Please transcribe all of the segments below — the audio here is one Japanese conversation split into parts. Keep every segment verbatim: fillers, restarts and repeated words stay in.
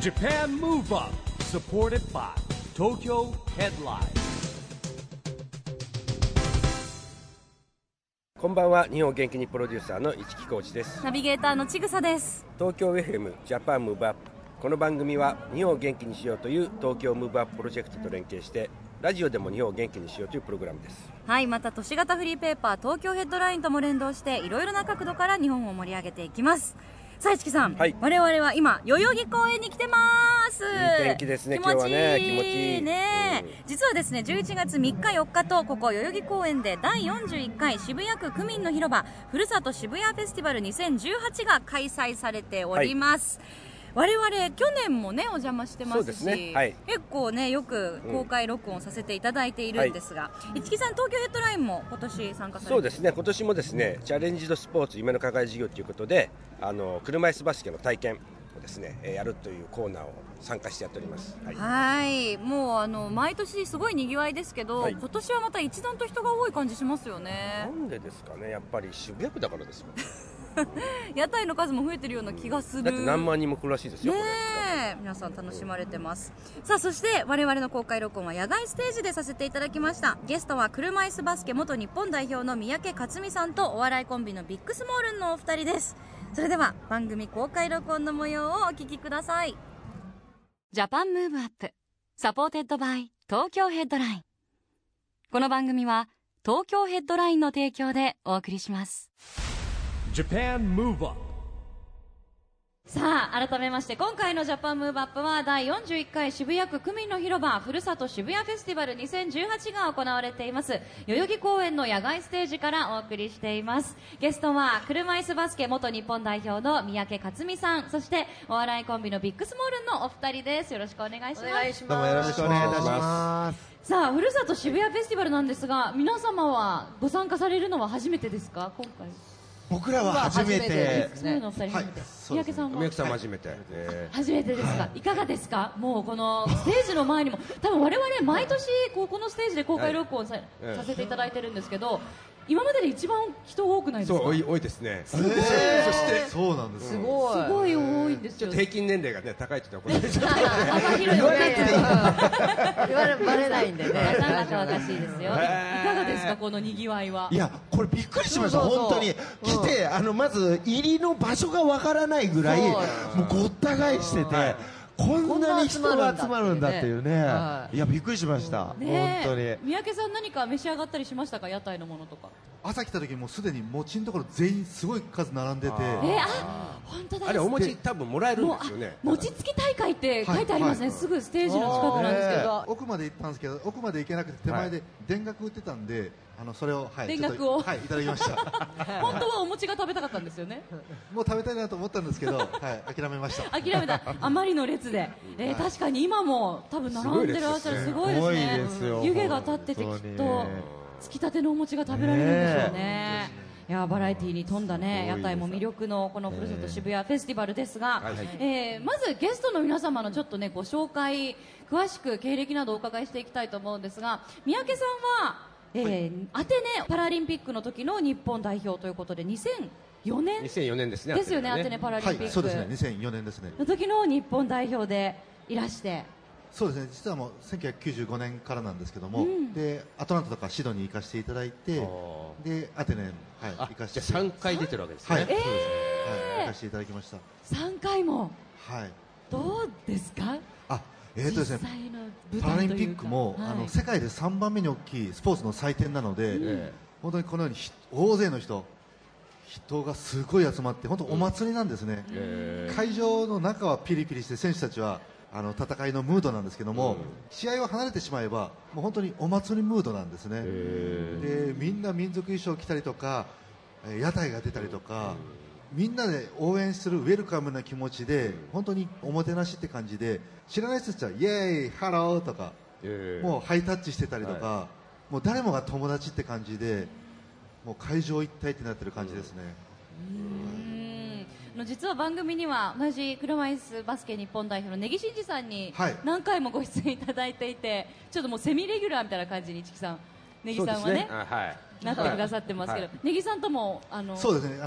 Japan Move Up supported by Tokyo Headline。 こんばんは。日本元気にプロデューサーの市木浩司です。 ナビゲーターのちぐさです。 東京 エフエム ジャパンムーブアップ。この番組は日本を元気にしようという東京ムーブアッププロジェクトと連携してラジオでも日本を元気にしようというプログラムです。 はい、また都市型フリーペーパー東京ヘッドラインとも連動していろいろな角度から日本を盛り上げていきます。さあ市木さん、はい、我々は今代々木公園に来てます。 いい天気ですね。今日はね気持ちいいね、 うん、 実はですねじゅういちがつみっかよっかとここ代々木公園でだいよんじゅういっかい渋谷区区民の広場ふるさと渋谷フェスティバルにせんじゅうはちが開催されております、はい、我々去年もねお邪魔してますし、 そうですね、はい、 結構ねよく公開録音させていただいているんですが、うん、市木さん東京ヘッドラインも今年参加されて。 そうですね、今年もですねチャレンジドスポーツ夢の課外事業ということであの車椅子バスケの体験をですねやるというコーナーを参加してやっております。はい、 はいもうあの毎年すごい賑わいですけど、はい、今年はまた一段と人が多い感じしますよね。 なんでですかね。やっぱり渋谷区だからですよ屋台の数も増えてるような気がする。 だって何万人も来るらしいですよねえ、皆さん楽しまれてます。さあそして我々の公開録音は野外ステージでさせていただきました。ゲストは車椅子バスケ元日本代表の三宅克美さんとお笑いコンビのビッグスモールンのお二人です。それでは番組公開録音の模様をお聞きください。ジャパンムーブアップサポーテッドバイ東京ヘッドライン。この番組は東京ヘッドラインの提供でお送りします。 Japan Move Up。 さあ改めまして今回のジャパンムーブアップはだいよんじゅういっかい渋谷区区民の広場ふるさと渋谷フェスティバルにせんじゅうはちが行われています代々木公園の野外ステージからお送りしています。ゲストは車椅子バスケ元日本代表の三宅克美さん、そしてお笑いコンビのビッグスモールンのお二人です。よろしくお願いします。お願いします。 どうもよろしくお願いいたします。 さあふるさと渋谷フェスティバルなんですが皆様はご参加されるのは初めてですか？今回僕らは初めてですね。 三宅さんも三宅さんも初めて、えー、 初めてですか？いかがですか？もうこのステージの前にも多分我々毎年ここのステージで公開録音 さ,、はい、させていただいてるんですけど今までで一番人多くないですか？ そう多い、多いですね。 すごい、えー、そしてそうなんです。 すごいすごい多いんですよ。 ちょっと平均年齢がね高いって言ったら怒られちゃう。 幅広い言われ言われバレないんでね。 なかなか若しいですよ。いかがですかこの賑わいは？ いやこれびっくりしました。本当に来て、うん、あのまず入りの場所がわからないぐらいもうごった返してて。はい、こんなに人が集まるんだっていうね、はい、いやびっくりしました、ね、本当に。 三宅さん何か召し上がったりしましたか？屋台のものとか。 朝来た時もうすでに餅のところ全員すごい数並んでて、 えー、あ本当だ。 あれお餅多分もらえるんですよね。 餅つき大会って書いてありますね、はいはい、すぐステージの近くなんですけど、 奥まで行ったんですけど奥まで行けなくて手前で田楽売ってたんで、あのそれを、はい、 田楽を、 はい、いただきました本当はお餅が食べたかったんですよね。 もう食べたいなと思ったんですけど、はい、諦めました。 諦めた。あまりの列で、えー、確かに今も多分並んでらっしゃる。すごいですね。すごいですよ。湯気が立っててきっとつきたてのお餅が食べられるんでしょうね。いやバラエティーに富んだね屋台も魅力のこのふるさと渋谷フェスティバルですが、はい、えー、まずゲストの皆様のちょっとねご紹介詳しく経歴などお伺いしていきたいと思うんですが、三宅さんは、えーはい、アテネパラリンピックの時の日本代表ということでにせんよねんにせんよねんですね。 ですよね。アテネパラリンピック、はい、 そうですねにせんよねんですねの時の日本代表でいらして。 そうですね、実はもうせんきゅうひゃくきゅうじゅうごねんからなんですけども、うん、でアトランタとかシドニー行かせていただいて、でアテネ、はい、行かせて。 じゃあさんかい出てるわけですね。 はい、そうですね、はい、行かせていただきました。 さんかいも。 はい。 どうですか？ あ、えーとですね、パラリンピックも、はい、あの世界でさんばんめに大きいスポーツの祭典なので、うん、本当にこのように大勢の人人がすごい集まって本当お祭りなんですね、うん、会場の中はピリピリして選手たちはあの戦いのムードなんですけども、うん、試合を離れてしまえばもう本当にお祭りムードなんですね。でみんな民族衣装を着たりとか屋台が出たりとか、うん、みんなで応援するウェルカムな気持ちで、うん、本当におもてなしって感じで知らない人たちはイエーイハローとかもうハイタッチしてたりとか、はい、もう誰もが友達って感じでもう会場一体ってなってる感じですね。 うんの実は番組には同じ車椅子バスケ日本代表の根木慎二さんに何回もご出演いただいていて、はい、ちょっともうセミレギュラーみたいな感じに市木さん根木さんは ね, ね、はい、なってくださってますけど、根木、はい、さんともあのそうですね、あの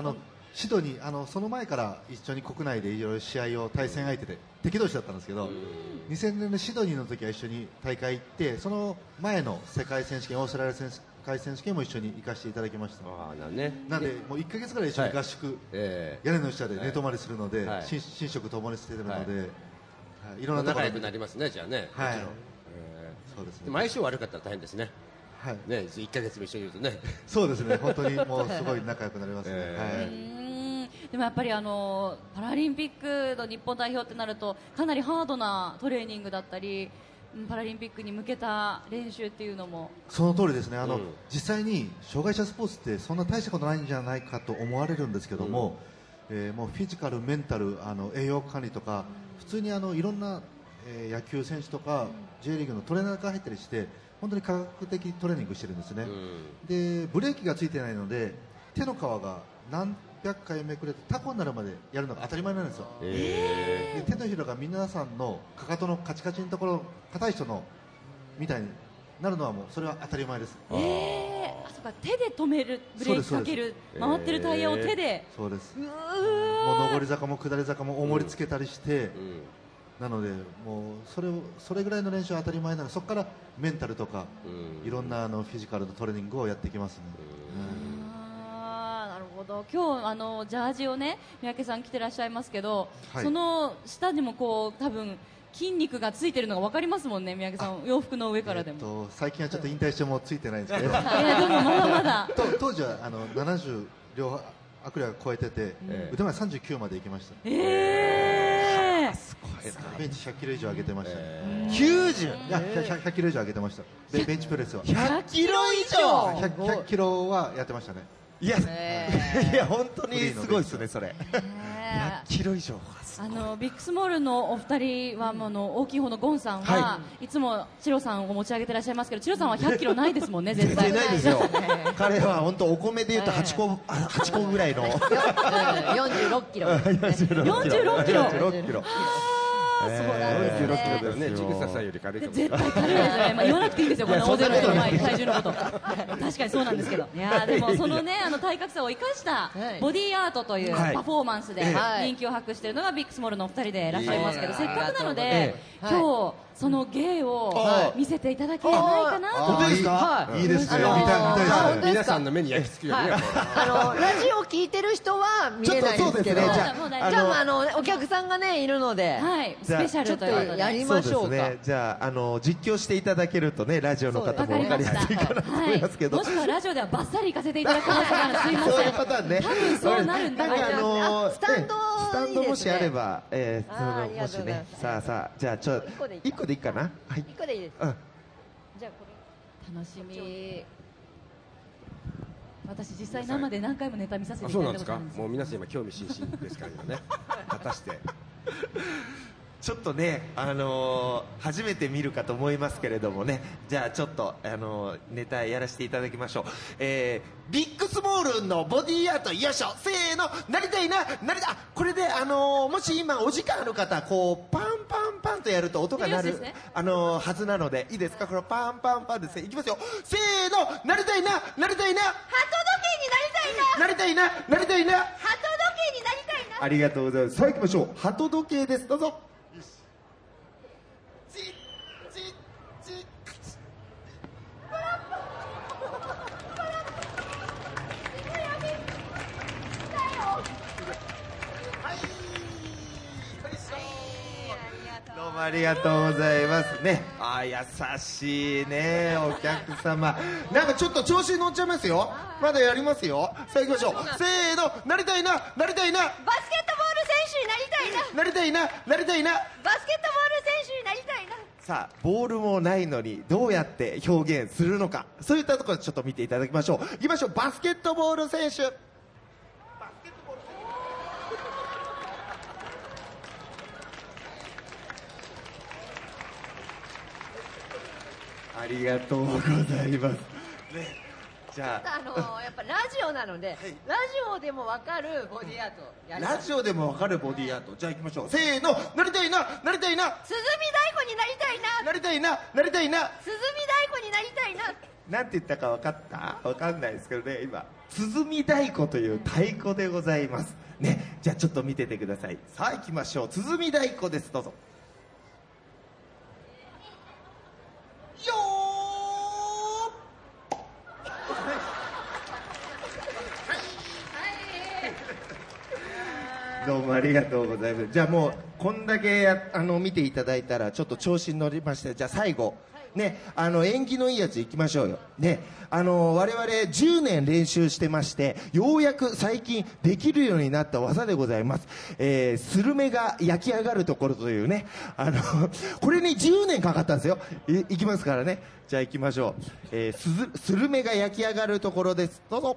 シドニーあのその前から一緒に国内でいろいろ試合を対戦相手で敵同士だったんですけど、にせんねんのシドニーの時は一緒に大会行って、その前の世界選手権、オーストラリア世界選手権も一緒に行かせていただきました。 あーなね、 なんでもういっかげつぐらい一緒に合宿、はいえー、屋根の下で寝泊まりするので、はい、寝食ともにしているので、はいはい、いろんなところ仲良くなりますね、じゃあね。 はい、 えー、そうですね。相性悪かったら大変ですね。はい、ね、いっかげつも一緒にいるとね。 そうですね、本当にもうすごい仲良くなりますね。えーはいでもやっぱりあのパラリンピックの日本代表ってなるとかなりハードなトレーニングだったりパラリンピックに向けた練習っていうのもその通りですね。あの、うん、実際に障害者スポーツってそんな大したことないんじゃないかと思われるんですけども、うんえー、もうフィジカル、メンタル、あの栄養管理とか、うん、普通にあのいろんな、えー、野球選手とか、うん、J リーグのトレーナーが入ったりして本当に科学的トレーニングしてるんですね、うん、でブレーキがついてないので手の皮が何百回めくれてタコになるまでやるのが当たり前なんですよ、えー、で手のひらが皆さんのかかとのカチカチのところ硬い人のみたいになるのはもうそれは当たり前です。 えー、あそうか手で止めるブレーキかける回ってるタイヤを手でそうですうもう上り坂も下り坂も重りつけたりして、うんうん、なのでもうそれをそれぐらいの練習は当たり前なのでそこからメンタルとか、うん、いろんなあのフィジカルのトレーニングをやっていきますね。うん今日あのジャージをね三宅さん着てらっしゃいますけど、はい、その下にもこう多分筋肉がついてるのが分かりますもんね。三宅さん洋服の上からでも、えー、 と最近はちょっと引退してもついてないんですけどいやでもまだまだ当時はあのななじゅう両握力が超えてて、うん、腕前さんじゅうきゅうまで行きました。 えー、 すごいな。ベンチひゃっキロ以上上げてました、ねえー、きゅうじゅういや ひゃくキロ以上上げてました。ベ, ベンチプレスはひゃっキロ以上ひゃく, ひゃくキロはやってましたね。 いや、いや本当にすごいですねそれ。ひゃっキロ以上あのビッグスモールのお二人は、うん、あの大きい方のゴンさんは、はい、いつもチロさんを持ち上げてらっしゃいますけどチロさんはひゃっキロないですもんね。絶対ないですよ彼は本当お米でいうとはちこ、えー、はちこぐらいのよんじゅうろっキロよんじゅうろっキロよんじゅうろっキロそうなんですね。よんじゅうろっキロだよね。ちぐささんより軽いかも。 絶対軽いですね。まあ言わなくていいんですよ。この大勢の人の前に体重のこと。確かにそうなんですけど。いやでもそのねあの体格差を生かしたボディーアートというパフォーマンスで人気を博しているのがビッグスモールのお二人でいらっしゃいますけど、せっかくなので今日その芸を見せていただけないかなと。 本当ですか？ いいですよ。見たい見たいです。 皆さんの目に焼き付くよね。 あのラジオ聞いてる人は見えないですけど、じゃああのお客さんがねいるので、 はいスペシャルということでやりましょうか。 じゃああの実況していただけるとねラジオの方も分かりやすいかなと思いますけど、 もしくはラジオではバッサリ行かせていただく可能性がある。すいません。 そういうパターンね。 多分そうなるんだ。 あのスタンドスタンドもしあれば、えー、もしねさあさあじゃあちょっと一個でいいかな。はい。 一個でいいです。 うん。 じゃあこれ楽しみ。私実際生で何回もネタ見させていただいたことあるんです。 もう皆さん今興味津々ですから今ね。果たしてちょっとね、あのー、初めて見るかと思いますけれどもね、じゃあちょっと、あのー、ネタやらせていただきましょう。えー、ビッグスモールのボディーアート、よいしょ、せーの、なりたいな、なりたい、これで、あのー、もし今お時間ある方、こう、パンパンパンとやると音が鳴る、ね、あのー、はずなので、いいですか、これパンパンパンですね、いきますよ、せーの、なりたいな、なりたいな、 鳩時計になりたいな、 なりたいな、なりたいな、 鳩時計になりたいな。 ありがとうございます。さあ行きましょう、鳩時計です、どうぞ。どうもありがとうございますね。あ、優しいねお客様。なんかちょっと調子に乗っちゃいますよ。まだやりますよ。さあ行きましょう。せーの、なりたいな、なりたいな。 バスケットボール選手になりたいな。 なりたいな、なりたいな。 バスケットボール選手になりたいな。 さあボールもないのにどうやって表現するのか、そういったところちょっと見ていただきましょう。行きましょう。バスケットボール選手。ありがとうございます。ね、じゃあ、 あのー、やっぱラジオなので、はい、ラジオでもわかるボディアートやります。 ラジオでもわかるボディアート、じゃあ行きましょう。せーの、なりたいな、なりたいな。 鼓太鼓になりたいな。 なりたいな、なりたいな。 鼓太鼓になりたいな。 なんて言ったか分かった分かんないですけどね、今鼓太鼓という太鼓でございますね。じゃあちょっと見ててください。さあ行きましょう。鼓太鼓です。どうぞ。よーどうもありがとうございます。じゃあもうこんだけやあの見ていただいたらちょっと調子に乗りまして、じゃあ最後ね、あの縁起のいいやついきましょうよ、ね、あの我々じゅうねん練習してまして、ようやく最近できるようになった技でございます、えー、スルメが焼き上がるところというね、あのこれにじゅうねんかかったんですよ。 い, いきますからね。じゃあいきましょう、えー、ス, スルメが焼き上がるところです。どうぞ。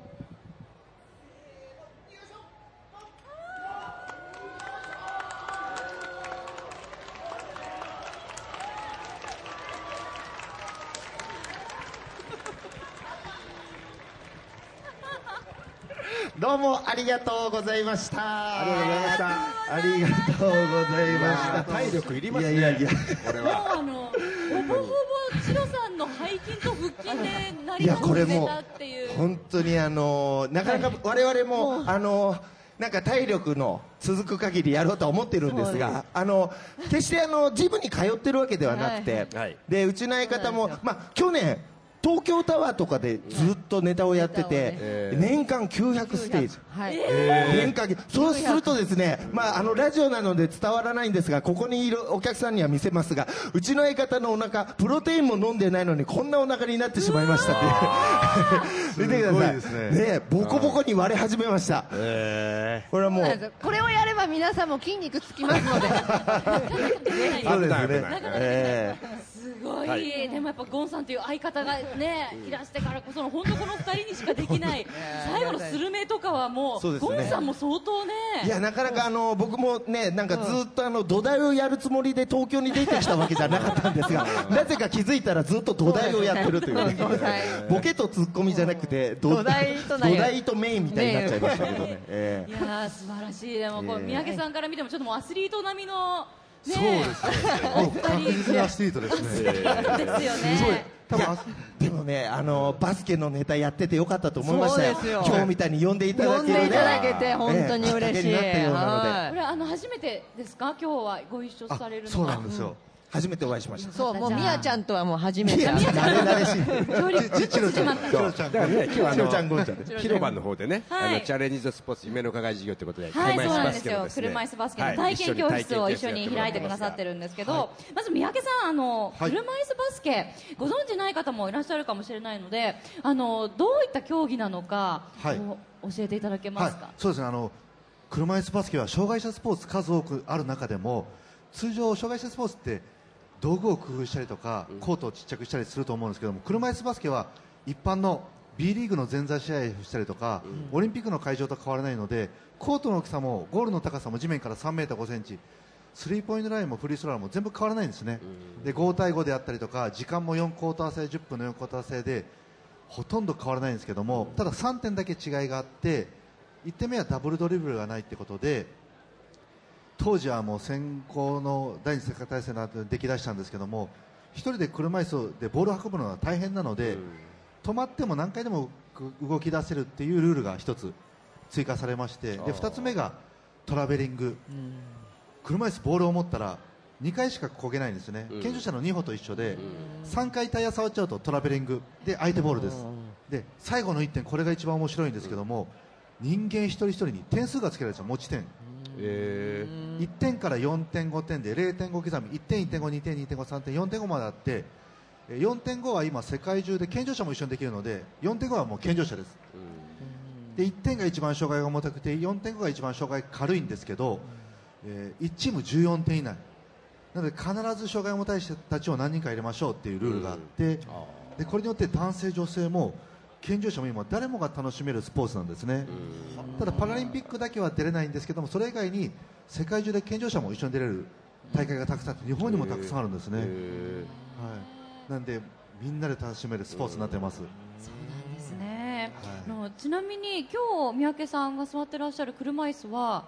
どうもありがとうございました。 ありがとうございました。 ありがとうございました。 体力いりますね。 いやいやいや、 これはもうあのほぼほぼチロさんの背筋と腹筋で成りいやこれ立てもたっていう。 本当にあのなかなか我々もあのなんか体力の続く限りやろうとは思ってるんですが、あの決してあのジムに通ってるわけではなくて、 はいでうちの相方もまあ去年東京タワーとかでずっとネタをやってて、 えー年間きゅうひゃくステージ、 はい年間そうするとですね、まあ、あのラジオなので伝わらないんですが、ここにいるお客さんには見せますが、うちの相方のお腹プロテインも飲んでないのにこんなお腹になってしまいましたっていう見てください。 すごいですねね、ボコボコに割れ始めました。 えこれはもうこれをやれば皆さんも筋肉つきますのでそうですね危ない危ない、 えすごい、 はいでもやっぱゴンさんという相方がねいらしてからこその本当このふたりにしかできない最後のスルメとかはもうそうですねゴンさんも相当ね。 ーいやなかなかあの僕もねなんかずっとあの土台をやるつもりで東京に出てきたわけじゃなかったんですが、なぜか気づいたらずっと土台をやってるというね、 土台ボケとツッコミじゃなくて土土台と何土台とメインみたいになっちゃいましたけどね、えいやー素晴らしい。でもこうええ三宅さんから見てもちょっともうアスリート並みのねそうですね。もう確実にアスリートですね。 ですよね。 多分あーでもねあのバスケのネタやっててよかったと思いましたよ。 そうですよ今日みたいに呼んでいただけるね呼んでいただけて本当に嬉しい、 ええきっかけになったようなのではこれあの初めてですか今日はご一緒あされるのは。 そうなんですよ。 初めてお会いしました。 そうもうみやちゃんとはもう初めていや慣れ慣れしい。 距離ちちろちゃん、ちろちゃんだからね、今日はあチロちゃんゴンちゃんでの広場の方でね、 はいあのチャレンジドスポーツ夢の課外事業ということで、 はい、そうなんですよ。 のですね車椅子バスケのはい体験教室を一緒にやってもら開いてくださってる。 るんですけど、まず三宅さん、あの、 はい車椅子バスケ、ご存知ない方もいらっしゃるかもしれないので、あの、どういった競技なのか、 はいこう教えていただけはいますか。、 そうですね。あの車椅子バスケは障害者スポーツ数多くある中でも、通常障害者スポーツって道具を工夫したりとか、コートをちっちゃくしたりすると思うんですけども、車椅子バスケは一般の B リーグの前座試合をしたりとか、オリンピックの会場と変わらないので、コートの大きさもゴールの高さも地面からさんメーターごセンチ、スリーポイントラインもフリースローラーも全部変わらないんですね。でご対ごであったりとか、時間もよんクォーター制、じゅっぷんのよんクォーター制でほとんど変わらないんですけども、たださんてんだけ違いがあって、いってんめはダブルドリブルがないってことで、当時はもう戦後の第二次世界大戦の後で出来出したんですけども、一人で車椅子でボールを運ぶのは大変なので、止まっても何回でも動き出せるっていうルールが一つ追加されまして、で二つ目がトラベリング、車椅子ボールを持ったらにかいしか漕げないんですね、健常者のに歩と一緒で、さんかいタイヤ触っちゃうとトラベリングで相手ボールです。で最後のいってん、これが一番面白いんですけども、人間一人一人に点数がつけられるんですよ、持ち点。 えいってんからよんてんごてんで れいてんご 刻み、いってん、いってんご、にてん、にてんご、さんてん、よんてんごまであって、よんてんごは今世界中で健常者も一緒にできるので、よんてんごはもう健常者です。でいってんが一番障害が重たくて、よんてんごが一番障害軽いんですけど、えーいちチームじゅうよんてん以内なので、必ず障害重たい人たちを何人か入れましょうっていうルールがあって、でこれによって男性女性も健常者も今誰もが楽しめるスポーツなんですね。ただパラリンピックだけは出れないんですけども、それ以外に世界中で健常者も一緒に出れる大会がたくさんあって、日本にもたくさんあるんですね。はい、なんでみんなで楽しめるスポーツになってます。 ですね。あのちなみに今日三宅さんが座ってらっしゃる車椅子は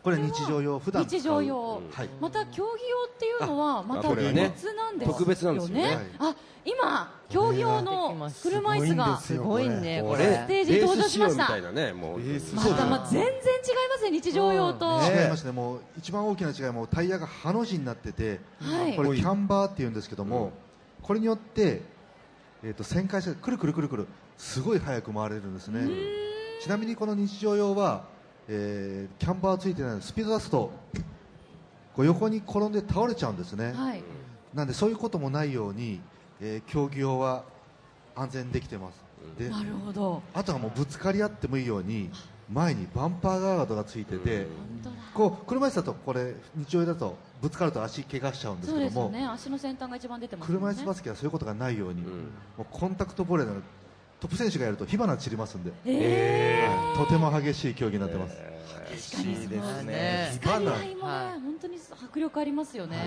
これ日常用、普段使う日常用、 はい、 また競技用っていうのはまた別なんですよね。 特別なんですよね。 あ、今競技用の車椅子がすごいね、これステージに登場しました。 みたいなね、もうまたまあ全然違いますね、日常用と。 違いますね。もう一番大きな違いはもうタイヤがハの字になってて、これキャンバーっていうんですけども、これによってえっと旋回してくるくるくるくるすごい速く回れるんですね。ちなみにこの日常用は、えー、キャンバーついてないのでスピード出すとこう横に転んで倒れちゃうんですね、はい、なんでそういうこともないように、えー、競技用は安全にできてます。で、 なるほど。 あとはもうぶつかり合ってもいいように前にバンパーガードがついてて、こう車椅子だとこれ日常用だとぶつかると足怪我しちゃうんですけども、 そうですよね、足の先端が一番出てますもんね。 車椅子バスケはそういうことがないように、うん、もうコンタクトボレーのトップ選手がやると火花散りますんで、えーはい、とても激しい競技になってます。えー、確かにですね。光合いもね、はい、本当に迫力ありますよね、はい、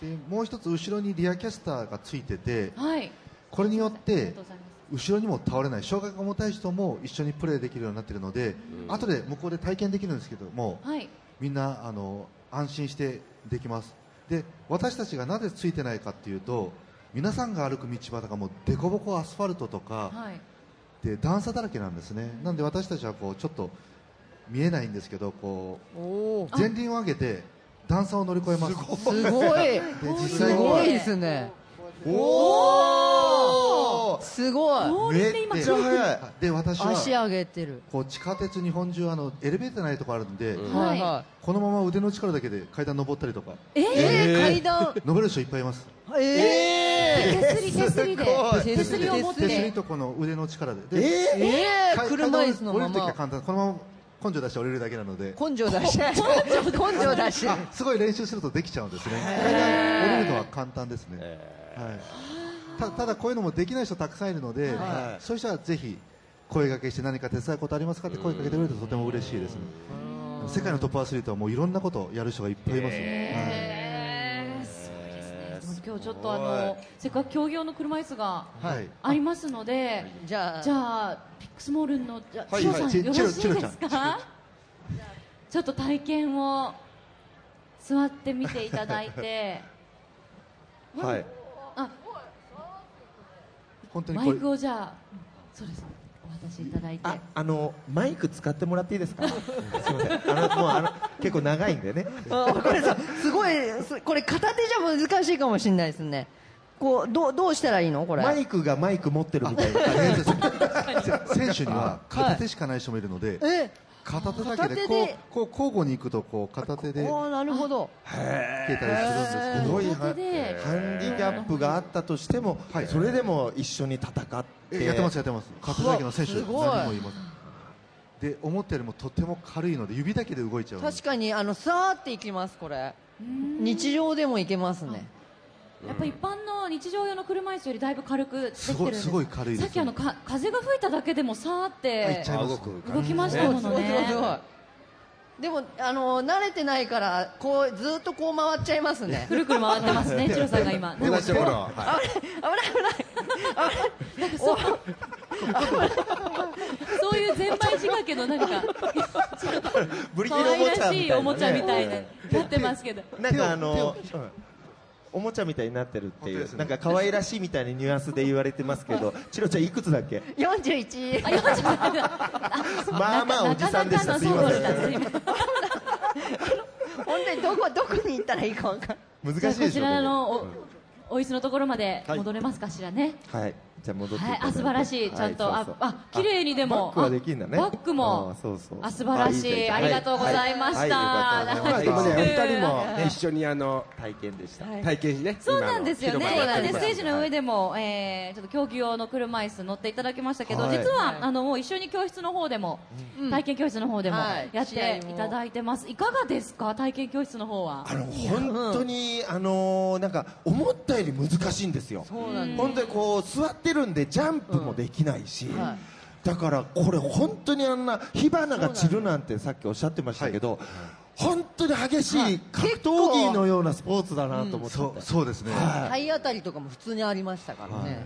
でもう一つ後ろにリアキャスターがついてて、 はい、 これによって後ろにも倒れない、障害が重たい人も一緒にプレーできるようになっているので、うん、後で向こうで体験できるんですけども、はい、みんなあの安心してできます。で、私たちがなぜついてないかっていうと、皆さんが歩く道端がもう凸凹アスファルトとか、はい、で段差だらけなんですね。なので私たちはこうちょっと見えないんですけど、こう前輪を上げて段差を乗り越えます。 すごいで実際すごいですね。 おおすごいめっちゃ速い。 で、私は足上げてる。 こう地下鉄日本中あのエレベーターないところあるんで、 はいはい、 このまま腕の力だけで階段登ったりとか、 えー、えー、階段登れる人いっぱいいます。 えー、手すり手すりで手すりを持って手すりとこの腕の力で、 でえー、車椅子のまま降りるときは簡単、このまま根性出して降りるだけなので、 根性出して根性出してすごい練習するとできちゃうんですね。階段降りるのは簡単ですね、はい、た, ただこういうのもできない人たくさんいるので、はい、そういう人はぜひ声掛けして何か手伝うことありますかって声かけてくれるととても嬉しいですね。世界のトップアスリートはもういろんなことをやる人がいっぱいいます。 今日ちょっとあのせっかく競技用の車椅子がありますので、はい、じゃあじゃあピックスモールンのじゃあチロさんよろしいですか。ちょっと体験を座ってみていただいてはい、 あ本当にマイクをじゃあそうですお渡しいただいて、 ああのマイク使ってもらっていいですか。すみません、あのもうあの結構長いんでね。 あこれさすごいこれ片手じゃ難しいかもしれないですね。こうどうどうしたらいいのこれ。 マイクがマイク持ってるみたいな感じです。 選手には片手しかない人もいるので、はい、え片手だけでこうこう交互に行くとこう片手であなるほど消えたりするんですけど、 すごいハンディキャップがあったとしても、はい、それでも一緒に戦ってやってますやってます。片手だけの選手何もいます。で思ったよりもとても軽いので指だけで動いちゃう。 確かにあのさーっていきます。これ日常でもいけますね。 やっぱ一般の日常用の車椅子よりだいぶ軽くできてるんです。 すごい軽いです。 さっきあのか風が吹いただけでもさーって動きましたものね。すごいすごい。 でもあの慣れてないからこうずっとこう回っちゃいますね。 くるくる回ってますね。チロさんが今。 でも危ない危ない危ない。なんかそうそういうゼンマイ仕掛けの何かブリキの可愛らしいおもちゃみたいになってますけど。 なんかあの。おもちゃみたいになってるっていう、なんか可愛らしいみたいなニュアンスで言われてますけど、チロちゃんいくつだっけ。 よんじゅういち。 あ、よんじゅういち。 まあまあおじさんでした。すいません。 本当にどこどこに行ったらいいかわかんない。 難しいでしょ。 こちらのおお椅子のところまで戻れますかしらね。 はい。じゃあ戻って。 はい。あ素晴らしい。ちゃんとああ綺麗にでもバックはできるんだね。 バックもそうそう。 あ素晴らしい。ありがとうございました。 でもねお二人も一緒にあの体験でした。 体験しね。 そうなんですよね。ステージの上でもえちょっと競技用の車椅子乗っていただきましたけど、実はあのもう一緒に教室の方でも体験教室の方でもやっていただいてます。いかがですか体験教室の方は。 あの本当にあのなんか思ったより難しいんですよ。本当にこう座ってるんでジャンプもできないし、うんはい、だからこれ本当にあんな火花が散るなんてさっきおっしゃってましたけど、はい、本当に激しい格闘技のようなスポーツだなと思って、 うん、そう、そうですね、 はい、体当たりとかも普通にありましたからね、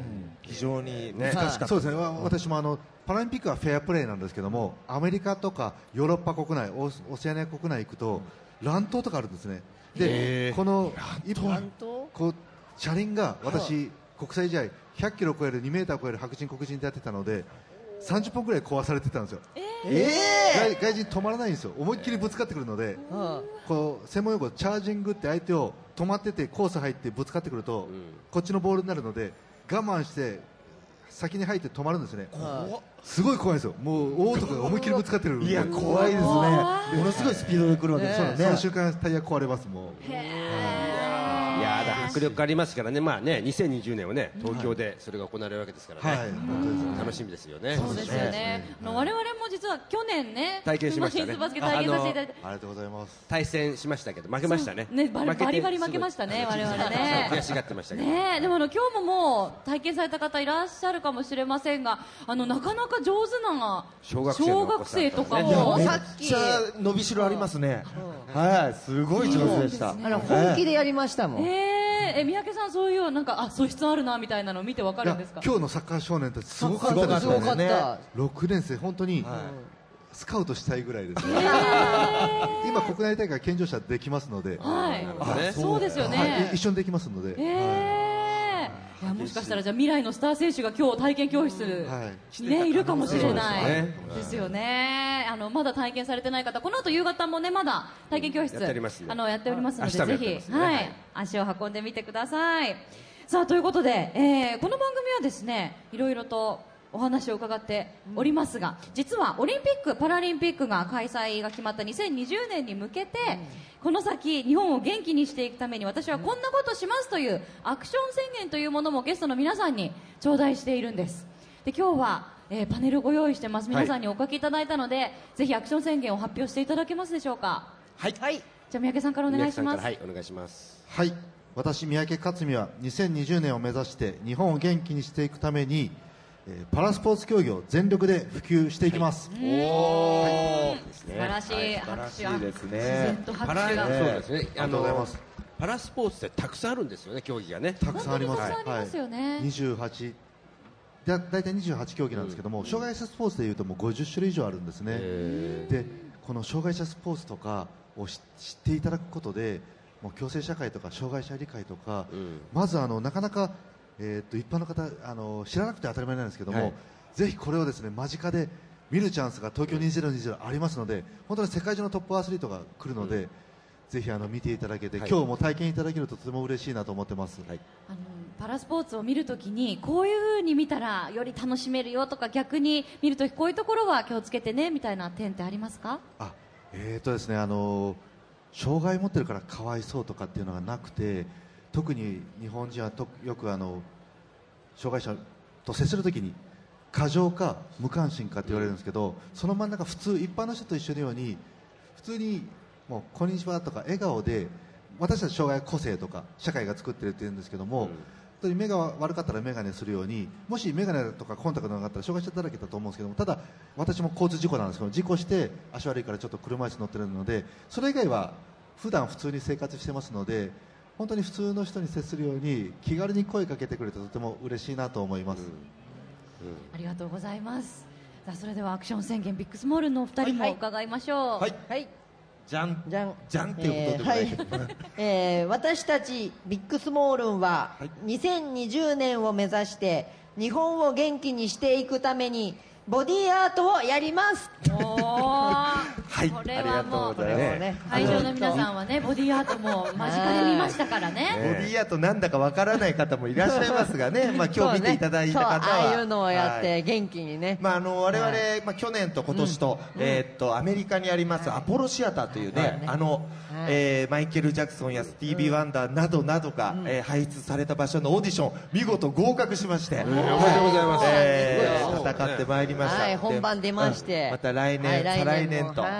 非常に難しかった。 そうですね。私もあのパラリンピックはフェアプレーなんですけども、アメリカとかヨーロッパ国内、オセアニア国内行くと乱闘とかあるんですね。で、この一本こう車輪が私国際試合ひゃっキロを超えるにメーターを超える白人黒人でやってたのでさんじゅっぽんぐらい壊されてたんですよ。えー、外, 外人止まらないんですよ。思いっきりぶつかってくるので、えー、こう専門用語チャージングって相手を止まっててコース入ってぶつかってくると、うん、こっちのボールになるので我慢して先に入って止まるんですね。すごい怖いですよ。もう大とかが思いっきりぶつかってる。 いや怖いですね。ものすごいスピードで来るわけですよね。 その瞬間タイヤ壊れます。もういやだ迫力ありますからね。まあねにせんにじゅうねんはね東京でそれが行われるわけですからね、はい、楽しみですよね。 そうですよね。あの我々も実は去年ね体験しましたね。 バスケ体験させていただいてあ, ありがとうございます。 対戦しましたけど負けましたね。 ねバリバリ負けましたね我々ね。 悔しがってましたけどね。でもあの今日ももう体験された方いらっしゃるかもしれませんが、あのなかなか上手な小学生小学生とかもめっちゃ伸びしろありますね。はい、すごい上手でした。 本気でやりましたもん。 え三宅さんそういうなんかあ素質あるなみたいなのを見てわかるんですか。 今日のサッカー少年たちすごかったですよね。ろくねん生本当にスカウトしたいぐらいですね。今国内大会健常者できますので、 はいそうですよね。 一緒にできますので。 いやもしかしたらじゃあ未来のスター選手が今日体験教室に、ね、いるかもしれないですよね。あのまだ体験されてない方この後夕方もねまだ体験教室やっておりますのでぜひ、はい、足を運んでみてください。さあということで、えー、この番組はですねいろいろとお話を伺っておりますが、実はオリンピック・パラリンピックが開催が決まったにせんにじゅうねんに向けて、この先日本を元気にしていくために私はこんなことしますというアクション宣言というものもゲストの皆さんに頂戴しているんです。で今日は、えー、パネルをご用意してます。皆さんにお書きいただいたので、はい、ぜひアクション宣言を発表していただけますでしょうか。 はい、はい、 じゃあ三宅さんからお願いします。 はい、お願いします。 はい、私三宅克実はにせんにじゅうねんを目指して日本を元気にしていくためにパラスポーツ競技を全力で普及していきます。 はい、はい、素晴らしい拍手、はい、 ですね。 自然と拍手が。 そうですね。 ありがとうございます。 パラスポーツってたくさんあるんですよね。競技がね。 たくさんあります。 たくさんありますよね。 にじゅうはちだだいたいにじゅうはち競技なんですけども、うん、障害者スポーツでいうともうごじゅっしゅるい以上あるんですね。でこの障害者スポーツとかを知っていただくことでもう共生社会とか障害者理解とか、うん、まずあのなかなか、えー、っと一般の方あの知らなくて当たり前なんですけども、はい、ぜひこれをですね間近で見るチャンスが東京にせんにじゅうありますので、本当に世界中のトップアスリートが来るので、うん、ぜひあの見ていただけて、はい、今日も体験いただけるととても嬉しいなと思ってます。はい、 あのパラスポーツを見るときにこういう風に見たらより楽しめるよとか、逆に見るときこういうところは気をつけてねみたいな点ってありますか？ あ、えーとですね、あの障害を持ってるからかわいそうとかっていうのがなくて、特に日本人はとよくあの障害者と接するときに過剰か無関心かって言われるんですけど、その真ん中普通一般の人と一緒のように普通にもうこんにちはとか笑顔で、私たち障害個性とか社会が作ってるって言うんですけども、うん、本当に目が悪かったら眼鏡するように、もし眼鏡とかコンタクトがなかったら障害者だらけだと思うんですけども、ただ私も交通事故なんですけど、事故して足悪いからちょっと車椅子乗ってるので、それ以外は普段普通に生活してますので、本当に普通の人に接するように気軽に声かけてくれてとても嬉しいなと思います。うんうん、 ありがとうございます。さあそれではアクション宣言ビッグスモールのお二人も伺いましょう。 はい、はい、 じゃんじゃんじゃんっていうことで、 えーはいえー、私たちビッグスモールンはにせんにじゅうねんを目指して日本を元気にしていくためにボディーアートをやります。おはい、 これはもう、 ね、 会場の皆さんはねボディーアートも間近で見ましたからね。 ボディーアートなんだかわからない方もいらっしゃいますがね、まあ今日見ていただいた方は、 そう、ああいうのをやって元気にね、はい、 まああの我々、まあ去年と今年と、うん、えー、っとアメリカにありますアポロシアターというね、はい、あの、はい、えー、マイケル・ジャクソンやスティービー・ワンダーなどなどが、うん、えー、輩出された場所のオーディション見事合格しまして、 おめでとうございます。 えー、戦ってまいりました。 はい、本番出まして、 うん、また来年、はい、再来年と、は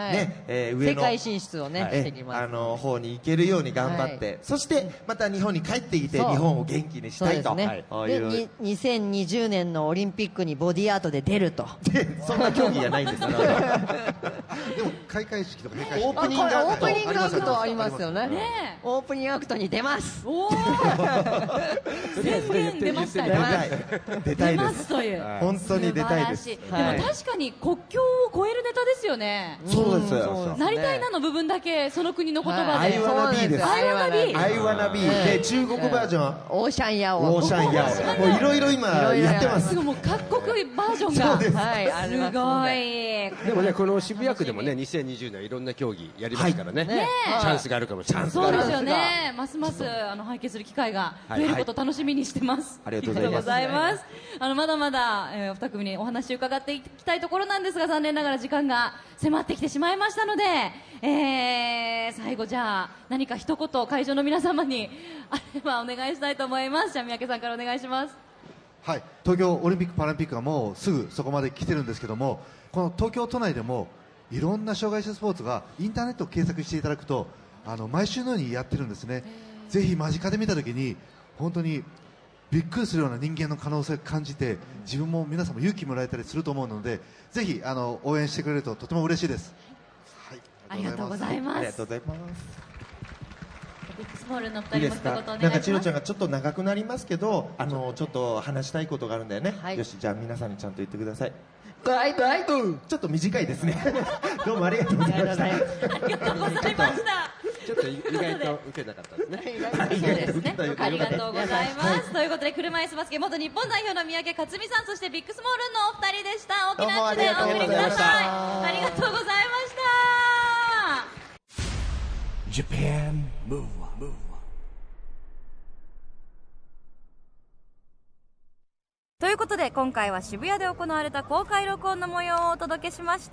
ね、えー、上の世界進出をね、してきます。 あの方に行けるように頑張って、はい、そしてまた日本に帰ってきて日本を元気にしたいと。 ね、はい、でににせんにじゅうねんのオリンピックにボディアートで出ると。 そんな競技がないんですよ。でも開会式とか閉会式オープニングアクト、オープニングアクトありますよね。ね、オープニングアクトに出ます。おー宣言出ましたね。 出たいです。 という本当に出たいです。 でも確かに国境を越えるネタですよね。 そうですよ。 なりたいなの部分だけその国の言葉で。 アイワナビーです。 アイワナビー。 アイワナビーで中国バージョン。 オーシャンヤオ。 オーシャンヤオ。もういろいろ今やってます。 もう各国バージョンが。はい。すごい。 でもね、この渋谷区でもね、にせんにじゅうねんいろんな競技やりますからね。チャンスがあるかもしれない。 そうですよね。ますますあの拝見する機会が増えることを楽しみにしてます。 ありがとうございます。 あのまだまだお二組にお話を伺っていきたいところなんですが、残念ながら時間が迫ってきてしまいましたので、えー、最後じゃあ何か一言会場の皆様にあればお願いしたいと思います。じゃあ三宅さんからお願いします。 はい、東京オリンピック・パラリンピックはもうすぐそこまで来てるんですけども、この東京都内でもいろんな障害者スポーツがインターネットを検索していただくとあの毎週のようにやってるんですね。ぜひ間近で見たときに本当にびっくりするような人間の可能性を感じて、自分も皆さんも勇気もらえたりすると思うので、ぜひあの応援してくれるととても嬉しいです。 はい、ありがとうございます。 ありがとうございます。 ビッグスモールの二人も一言お願いします。 なんかチロちゃんがちょっと長くなりますけど、あのちょっと話したいことがあるんだよね。 はい、 よし、じゃあ皆さんにちゃんと言ってください。 はいはい、 ちょっと短いですね。どうもありがとうございました。 ありがとうございました。 ちょっと意外と受けなかったですね。 そうですね。ありがとうございます。ということで車椅子バスケ元日本代表の三宅克実さん、そしてビッグスモールのお二人でした。大きな拍手でお送りください。ありがとうございました。Japan Move Up。ということで今回は渋谷で行われた公開録音の模様をお届けしました。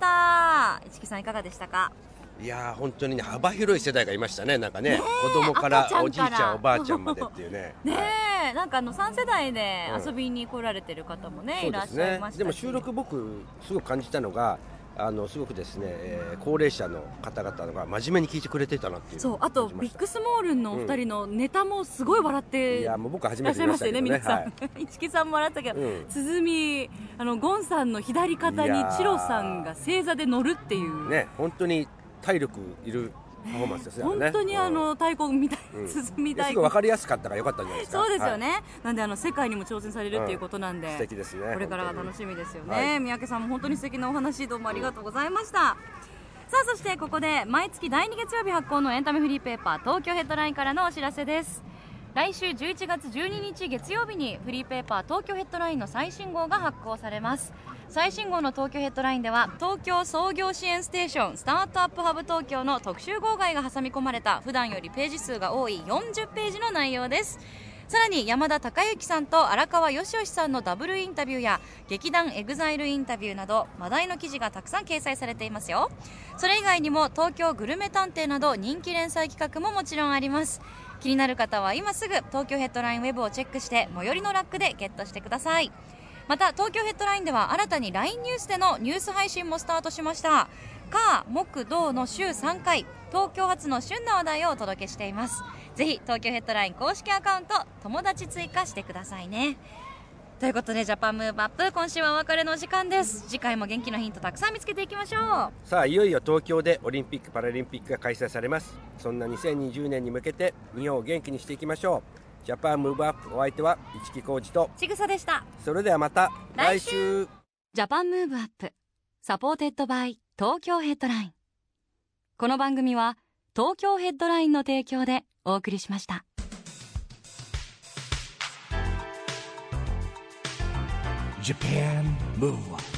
市木さんいかがでしたか？ いやー本当にね幅広い世代がいましたね。なんかね子供からおじいちゃんおばあちゃんまでっていうね。 ねえ、はい、なんかあのさん世代で遊びに来られてる方もね、うん、いらっしゃいましたし、 でも収録僕すごく感じたのが。あのすごくですね、えー、高齢者の方々が真面目に聞いてくれてたなっていう。 そう、あとビッグスモールンのお二人のネタもすごい笑っていらっしゃいましたよね。皆さん市木さんも笑ったけど、うん、鼓あのゴンさんの左肩にチロさんが正座で乗るっていうね、本当に体力いるパフォーマンスですね。 本当にあの太鼓みたい、鼓みたい。 すごい分かりやすかったから良かったんじゃないですか。 そうですよね。なんであの世界にも挑戦されるっていうことなんで、 素敵ですね。 これからが楽しみですよね。三宅さんも本当に素敵なお話どうもありがとうございました。さあそしてここで毎月だいに月曜日発行のエンタメフリーペーパー東京ヘッドラインからのお知らせです。来週じゅういちがつじゅうににち月曜日にフリーペーパー東京ヘッドラインの最新号が発行されます。最新号の東京ヘッドラインでは東京創業支援ステーションスタートアップハブ東京の特集号外が挟み込まれた普段よりページ数が多いよんじゅっページの内容です。さらに山田孝之さんと荒川よしよしさんのダブルインタビューや劇団エグザイルインタビューなど話題の記事がたくさん掲載されていますよ。それ以外にも東京グルメ探偵など人気連載企画ももちろんあります。気になる方は今すぐ東京ヘッドラインウェブをチェックして最寄りのラックでゲットしてください。また東京ヘッドラインでは新たに ライン ニュースでのニュース配信もスタートしました。火木土の週さんかい東京発の旬な話題をお届けしています。ぜひ東京ヘッドライン公式アカウント友達追加してくださいね。ということでジャパンムーブアップ今週はお別れの時間です。次回も元気のヒントたくさん見つけていきましょう。 さあいよいよ東京でオリンピックパラリンピックが開催されます。そんなにせんにじゅうねんに向けて日本を元気にしていきましょう。ジャパンムーブアップ、お相手は市木浩二とちぐさでした。 それではまた来週。 ジャパンムーブアップサポーテッドバイ東京ヘッドライン。この番組は東京ヘッドラインの提供でお送りしました。 Japan Move Up